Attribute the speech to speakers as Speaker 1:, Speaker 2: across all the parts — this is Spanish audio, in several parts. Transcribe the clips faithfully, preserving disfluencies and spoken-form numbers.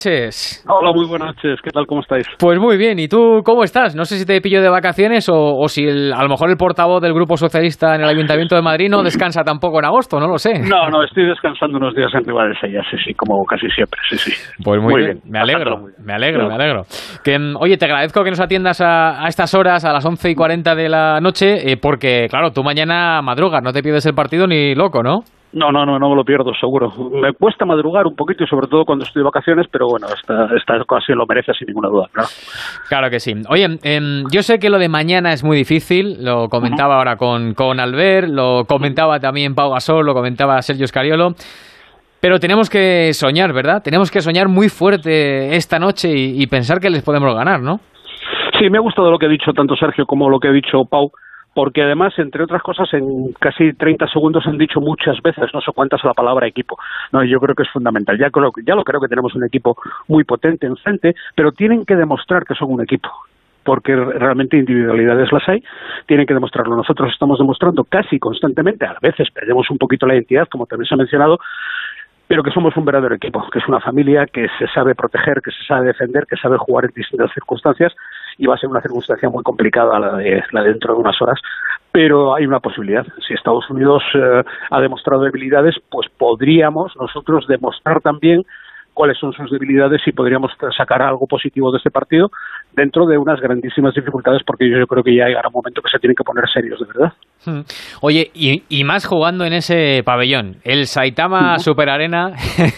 Speaker 1: Noches.
Speaker 2: Hola, muy buenas noches. ¿Qué tal? ¿Cómo estáis?
Speaker 1: Pues muy bien. ¿Y tú cómo estás? No sé si te pillo de vacaciones o, o si el, a lo mejor el portavoz del Grupo Socialista en el Ayuntamiento de Madrid no descansa tampoco en agosto, no lo sé.
Speaker 2: No, no, estoy descansando unos días en Ribadesella, sí, sí, como casi siempre, sí, sí.
Speaker 1: Pues muy, muy bien. bien, me alegro, me alegro, me alegro. Que, oye, te agradezco que nos atiendas a, a estas horas, a las once y cuarenta de la noche, eh, porque, claro, tú mañana madrugas, no te pierdes el partido ni loco, ¿no?
Speaker 2: No, no, no, no me lo pierdo, seguro. Me cuesta madrugar un poquito y sobre todo cuando estoy de vacaciones, pero bueno, esta, esta ocasión lo merece sin ninguna duda, ¿no?
Speaker 1: Claro que sí. Oye, eh, yo sé que lo de mañana es muy difícil, lo comentaba uh-huh. ahora con, con Albert, lo comentaba también Pau Gasol, lo comentaba Sergio Scariolo, pero tenemos que soñar, ¿verdad? Tenemos que soñar muy fuerte esta noche y, y pensar que les podemos ganar, ¿no?
Speaker 2: Sí, me ha gustado lo que ha dicho tanto Sergio como lo que ha dicho Pau, porque además, entre otras cosas, en casi treinta segundos han dicho muchas veces, no sé cuántas, la palabra equipo. No, yo creo que es fundamental. Ya, creo, ya lo creo que tenemos un equipo muy potente enfrente, pero tienen que demostrar que son un equipo, porque realmente individualidades las hay, tienen que demostrarlo. Nosotros estamos demostrando casi constantemente, a veces perdemos un poquito la identidad, como también se ha mencionado, pero que somos un verdadero equipo, que es una familia que se sabe proteger, que se sabe defender, que sabe jugar en distintas circunstancias, y va a ser una circunstancia muy complicada la de, la de dentro de unas horas, pero hay una posibilidad. Si Estados Unidos eh, ha demostrado debilidades, pues podríamos nosotros demostrar también cuáles son sus debilidades y podríamos sacar algo positivo de este partido dentro de unas grandísimas dificultades, porque yo creo que ya llegará un momento que se tienen que poner serios, de verdad.
Speaker 1: Oye, y, y más jugando en ese pabellón, el Saitama uh-huh. Super Arena,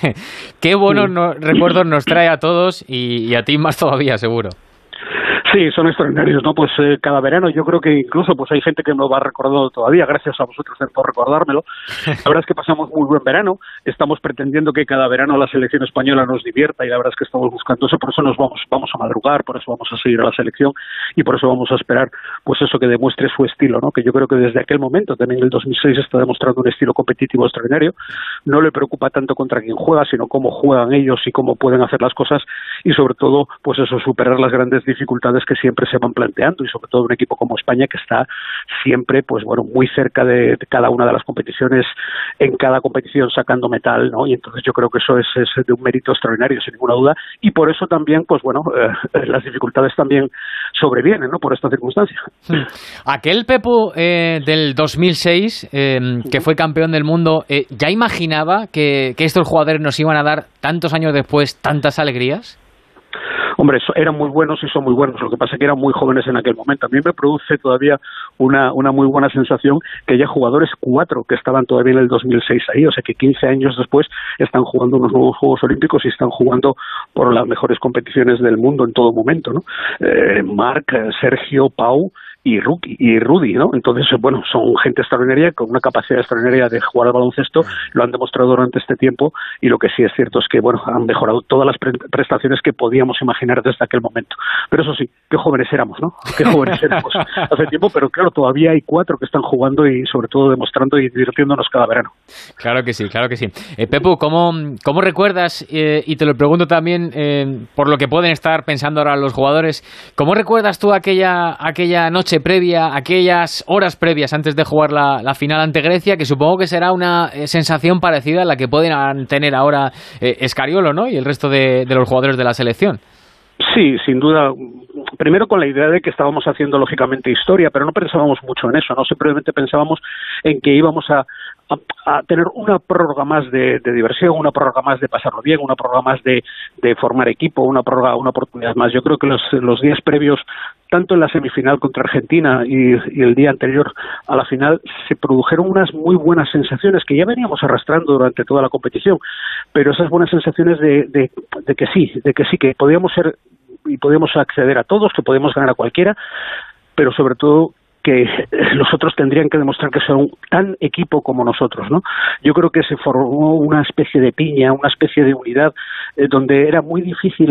Speaker 1: qué buenos uh-huh. no, recuerdos nos trae a todos y, y a ti más todavía, seguro.
Speaker 2: Sí, son extraordinarios, ¿no? Pues eh, cada verano yo creo que incluso pues hay gente que me lo va recordando todavía, gracias a vosotros por recordármelo. La verdad es que pasamos muy buen verano, estamos pretendiendo que cada verano la selección española nos divierta y la verdad es que estamos buscando eso, por eso nos vamos vamos a madrugar, por eso vamos a seguir a la selección y por eso vamos a esperar pues eso que demuestre su estilo, ¿no? Que yo creo que desde aquel momento, también en el dos mil seis, está demostrando un estilo competitivo extraordinario. No le preocupa tanto contra quién juega, sino cómo juegan ellos y cómo pueden hacer las cosas y sobre todo pues eso, superar las grandes dificultades que siempre se van planteando y sobre todo un equipo como España que está siempre pues bueno muy cerca de, de cada una de las competiciones, en cada competición sacando metal, ¿no? Y entonces yo creo que eso es, es de un mérito extraordinario sin ninguna duda y por eso también pues bueno eh, las dificultades también sobrevienen, ¿no? Por esta circunstancia.
Speaker 1: Aquel Pepu eh, del dos mil seis eh, que fue campeón del mundo, eh, ¿ya imaginaba que, que estos jugadores nos iban a dar tantos años después tantas alegrías?
Speaker 2: Hombre, eran muy buenos y son muy buenos, lo que pasa es que eran muy jóvenes en aquel momento. A mí me produce todavía una, una muy buena sensación que haya jugadores cuatro que estaban todavía en el dos mil seis ahí, o sea que quince años después están jugando unos nuevos Juegos Olímpicos y están jugando por las mejores competiciones del mundo en todo momento, ¿no? Eh, Marc, Sergio, Pau y Ruki y Rudy, ¿no? Entonces, bueno, son gente extraordinaria con una capacidad extraordinaria de jugar al baloncesto, lo han demostrado durante este tiempo y lo que sí es cierto es que, bueno, han mejorado todas las pre- prestaciones que podíamos imaginar desde aquel momento. Pero eso sí, qué jóvenes éramos, ¿no? Qué jóvenes éramos hace tiempo, pero claro, todavía hay cuatro que están jugando y sobre todo demostrando y divirtiéndonos cada verano.
Speaker 1: Claro que sí, claro que sí. Eh, Pepu, ¿cómo, cómo recuerdas, eh, y te lo pregunto también eh, por lo que pueden estar pensando ahora los jugadores, ¿cómo recuerdas tú aquella, aquella noche previa, aquellas horas previas antes de jugar la, la final ante Grecia, que supongo que será una eh, sensación parecida a la que pueden tener ahora eh, Scariolo, ¿no? Y el resto de, de los jugadores de la selección?
Speaker 2: Sí, sin duda. Primero con la idea de que estábamos haciendo lógicamente historia, pero no pensábamos mucho en eso, no simplemente pensábamos en que íbamos a, a, a tener una prórroga más de, de diversión, una prórroga más de pasarlo bien, una prórroga más de, de formar equipo, una prórroga, una oportunidad más. Yo creo que los, los días previos, tanto en la semifinal contra Argentina y, y el día anterior a la final, se produjeron unas muy buenas sensaciones que ya veníamos arrastrando durante toda la competición, pero esas buenas sensaciones de, de, de que sí, de que sí, que podíamos ser y podíamos acceder a todos, que podíamos ganar a cualquiera, pero sobre todo que los otros tendrían que demostrar que son tan equipo como nosotros, ¿no? Yo creo que se formó una especie de piña, una especie de unidad, eh, donde era muy difícil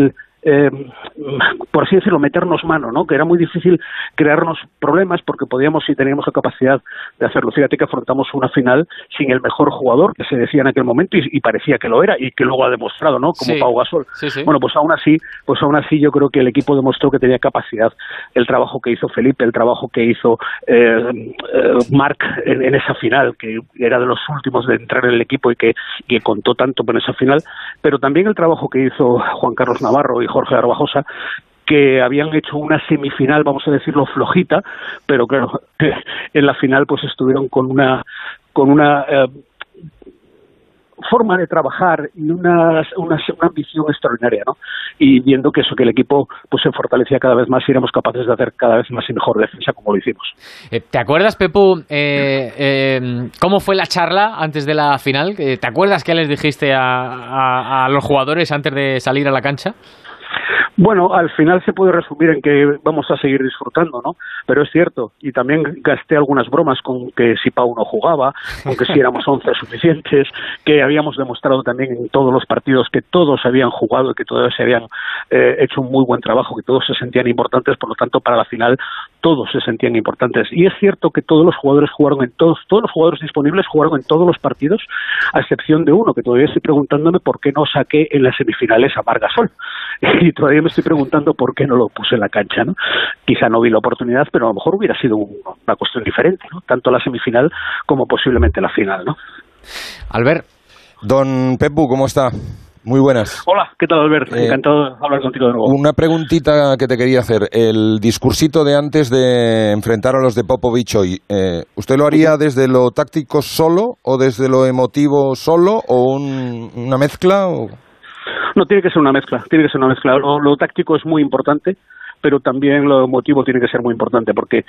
Speaker 2: eh, por así decirlo, meternos mano, ¿no? Que era muy difícil crearnos problemas porque podíamos y teníamos la capacidad de hacerlo. Fíjate que afrontamos una final sin el mejor jugador que se decía en aquel momento y, y parecía que lo era y que luego ha demostrado, ¿no? Como sí. Pau Gasol.
Speaker 1: Sí, sí.
Speaker 2: Bueno, pues aún así, pues aún así yo creo que el equipo demostró que tenía capacidad. El trabajo que hizo Felipe, el trabajo que hizo eh, eh, Marc en, en esa final, que era de los últimos de entrar en el equipo y que, y que contó tanto en esa final, pero también el trabajo que hizo Juan Carlos Navarro y Jorge Garbajosa, que habían hecho una semifinal, vamos a decirlo, flojita, pero claro, en la final pues estuvieron con una con una eh, forma de trabajar y una, una, una ambición extraordinaria, ¿no? Y viendo que eso, que el equipo pues se fortalecía cada vez más y éramos capaces de hacer cada vez más y mejor defensa como lo hicimos.
Speaker 1: Eh, ¿Te acuerdas, Pepu, eh, eh, cómo fue la charla antes de la final? ¿Te acuerdas qué les dijiste a, a, a los jugadores antes de salir a la cancha?
Speaker 2: Bueno, al final se puede resumir en que vamos a seguir disfrutando, ¿no? Pero es cierto, y también gasté algunas bromas con que si Pau no jugaba, con que si éramos once suficientes, que habíamos demostrado también en todos los partidos que todos habían jugado y que todos se habían eh, hecho un muy buen trabajo, que todos se sentían importantes, por lo tanto para la final todos se sentían importantes. Y es cierto que todos los jugadores jugaron en todos, todos los jugadores disponibles jugaron en todos los partidos, a excepción de uno, que todavía estoy preguntándome por qué no saqué en las semifinales a Marc Gasol. Y todavía me estoy preguntando por qué no lo puse en la cancha, ¿no? Quizá no vi la oportunidad, pero a lo mejor hubiera sido un, una cuestión diferente, ¿no? Tanto la semifinal como posiblemente la final, ¿no?
Speaker 1: Albert.
Speaker 3: Don Pepu, ¿cómo está? Muy buenas.
Speaker 2: Hola, ¿qué tal, Albert?
Speaker 3: Eh,
Speaker 2: Encantado de hablar contigo de nuevo.
Speaker 3: Una preguntita que te quería hacer. El discursito de antes de enfrentar a los de Popovich hoy, eh, ¿usted lo haría desde lo táctico solo o desde lo emotivo solo o un, una mezcla? O...
Speaker 2: No, tiene que ser una mezcla, tiene que ser una mezcla. Lo, lo táctico es muy importante, pero también lo emotivo tiene que ser muy importante, porque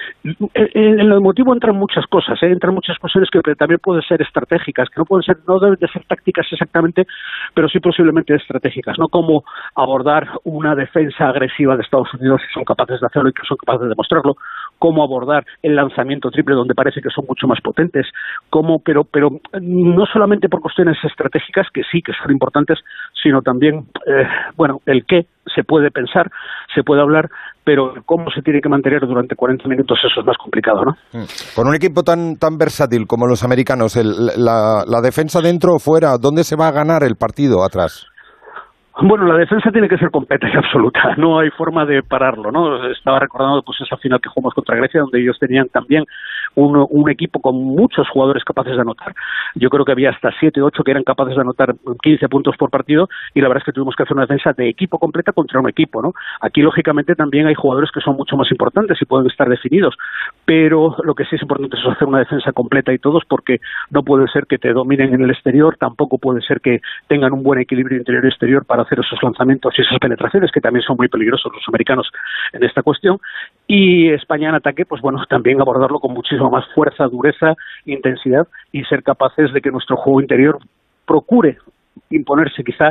Speaker 2: en lo emotivo entran muchas cosas, ¿eh? entran muchas cuestiones que también pueden ser estratégicas, que no pueden ser, no deben de ser tácticas exactamente, pero sí posiblemente estratégicas, ¿no? Cómo abordar una defensa agresiva de Estados Unidos si son capaces de hacerlo y que son capaces de demostrarlo, cómo abordar el lanzamiento triple donde parece que son mucho más potentes, cómo, pero, pero no solamente por cuestiones estratégicas, que sí que son importantes, sino también, eh, bueno, el qué se puede pensar, se puede hablar, pero cómo se tiene que mantener durante cuarenta minutos, eso es más complicado, ¿no?
Speaker 3: Con un equipo tan tan versátil como los americanos, el, la, la defensa dentro o fuera, ¿dónde se va a ganar el partido atrás?
Speaker 2: Bueno, la defensa tiene que ser completa y absoluta, no hay forma de pararlo, ¿no? Estaba recordando pues esa final que jugamos contra Grecia, donde ellos tenían también un, un equipo con muchos jugadores capaces de anotar. Yo creo que había hasta siete o ocho que eran capaces de anotar quince puntos por partido, y la verdad es que tuvimos que hacer una defensa de equipo completa contra un equipo, ¿no? Aquí, lógicamente, también hay jugadores que son mucho más importantes y pueden estar definidos, pero lo que sí es importante es hacer una defensa completa y todos, porque no puede ser que te dominen en el exterior, tampoco puede ser que tengan un buen equilibrio interior y exterior para hacer esos lanzamientos y esas penetraciones, que también son muy peligrosos los americanos en esta cuestión. Y España en ataque, pues bueno, también abordarlo con muchísima más fuerza, dureza, intensidad, y ser capaces de que nuestro juego interior procure imponerse quizá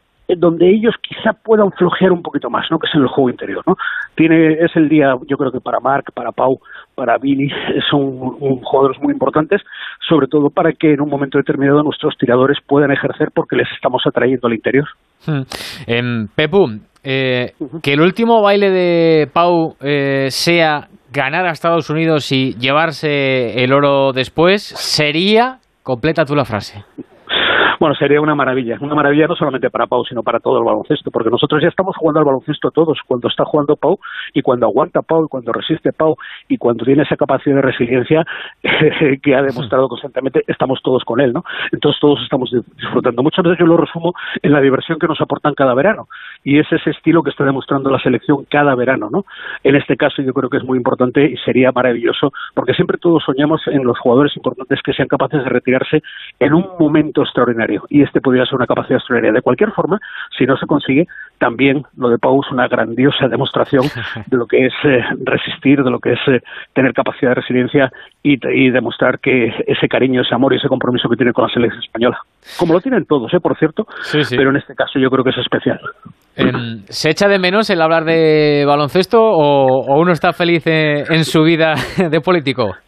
Speaker 2: donde ellos quizá puedan flojear un poquito más, ¿no? Que es en el juego interior, ¿no? Tiene, es el día, yo creo que para Marc, para Pau, para Billy, son un, jugadores muy importantes, sobre todo para que en un momento determinado nuestros tiradores puedan ejercer, porque les estamos atrayendo al interior.
Speaker 1: Hmm. Eh, Pepu, eh, uh-huh. que el último baile de Pau eh, sea ganar a Estados Unidos y llevarse el oro después, sería, completa tú la frase.
Speaker 2: Bueno, sería una maravilla, una maravilla no solamente para Pau, sino para todo el baloncesto, porque nosotros ya estamos jugando al baloncesto todos, cuando está jugando Pau, y cuando aguanta Pau, y cuando resiste Pau, y cuando tiene esa capacidad de resiliencia eh, que ha demostrado constantemente, estamos todos con él, ¿no? Entonces todos estamos disfrutando. Muchas veces yo lo resumo en la diversión que nos aportan cada verano, y es ese estilo que está demostrando la selección cada verano, ¿no? En este caso yo creo que es muy importante y sería maravilloso, porque siempre todos soñamos en los jugadores importantes que sean capaces de retirarse en un momento extraordinario. Y este podría ser una capacidad extraordinaria. De cualquier forma, si no se consigue, también lo de Pau es una grandiosa demostración de lo que es eh, resistir, de lo que es eh, tener capacidad de resiliencia y, y demostrar que ese cariño, ese amor y ese compromiso que tiene con la selección española. Como lo tienen todos, ¿eh? Por cierto, sí, sí. Pero en este caso yo creo que es especial.
Speaker 1: Eh, ¿Se echa de menos el hablar de baloncesto o, o uno está feliz eh, en su vida de político?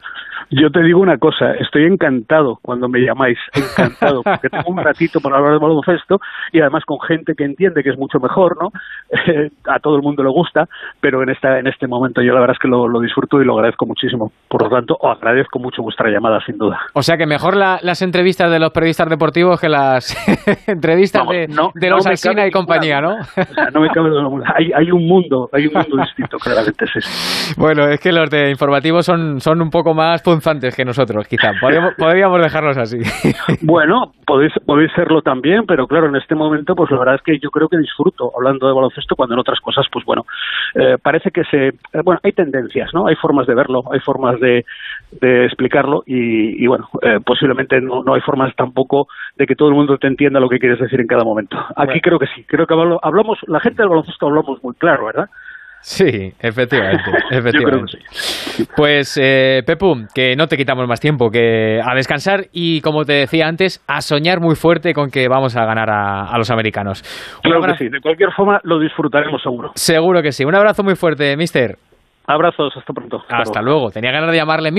Speaker 2: Yo te digo una cosa, estoy encantado cuando me llamáis, encantado, porque tengo un ratito para hablar de baloncesto y además con gente que entiende que es mucho mejor, ¿no? Eh, a todo el mundo le gusta, pero en esta en este momento yo la verdad es que lo, lo disfruto y lo agradezco muchísimo. Por lo tanto, os agradezco mucho vuestra llamada, sin duda.
Speaker 1: O sea que mejor la, las entrevistas de los periodistas deportivos que las entrevistas
Speaker 2: no,
Speaker 1: de,
Speaker 2: no,
Speaker 1: de los
Speaker 2: no
Speaker 1: Alsina y compañía, ¿no?
Speaker 2: O sea, no me cabe duda. Hay, hay un mundo, hay un mundo distinto, claramente, sí, sí.
Speaker 1: Bueno, es que los de informativos son, son un poco más punzantes que nosotros, quizá. Podríamos, podríamos dejarlos así.
Speaker 2: Bueno, podéis, podéis serlo también, pero claro, en este momento, pues la verdad es que yo creo que disfruto hablando de baloncesto cuando en otras cosas, pues bueno, eh, parece que se... Eh, bueno, hay tendencias, ¿no? Hay formas de verlo, hay formas de, de explicarlo y, y bueno, eh, posiblemente no, no hay formas tampoco de que todo el mundo te entienda lo que quieres decir en cada momento. Aquí bueno. Creo que sí, creo que hablamos, la gente del baloncesto hablamos muy claro, ¿verdad?
Speaker 1: Sí, efectivamente, efectivamente.
Speaker 2: Yo creo que sí.
Speaker 1: Pues, eh, Pepu, que no te quitamos más tiempo, que a descansar y, como te decía antes, a soñar muy fuerte con que vamos a ganar a, a los americanos.
Speaker 2: Claro que sí, de cualquier forma lo disfrutaremos seguro.
Speaker 1: Seguro que sí. Un abrazo muy fuerte, mister.
Speaker 2: Abrazos, hasta pronto.
Speaker 1: Hasta, hasta luego. Tenía ganas de llamarle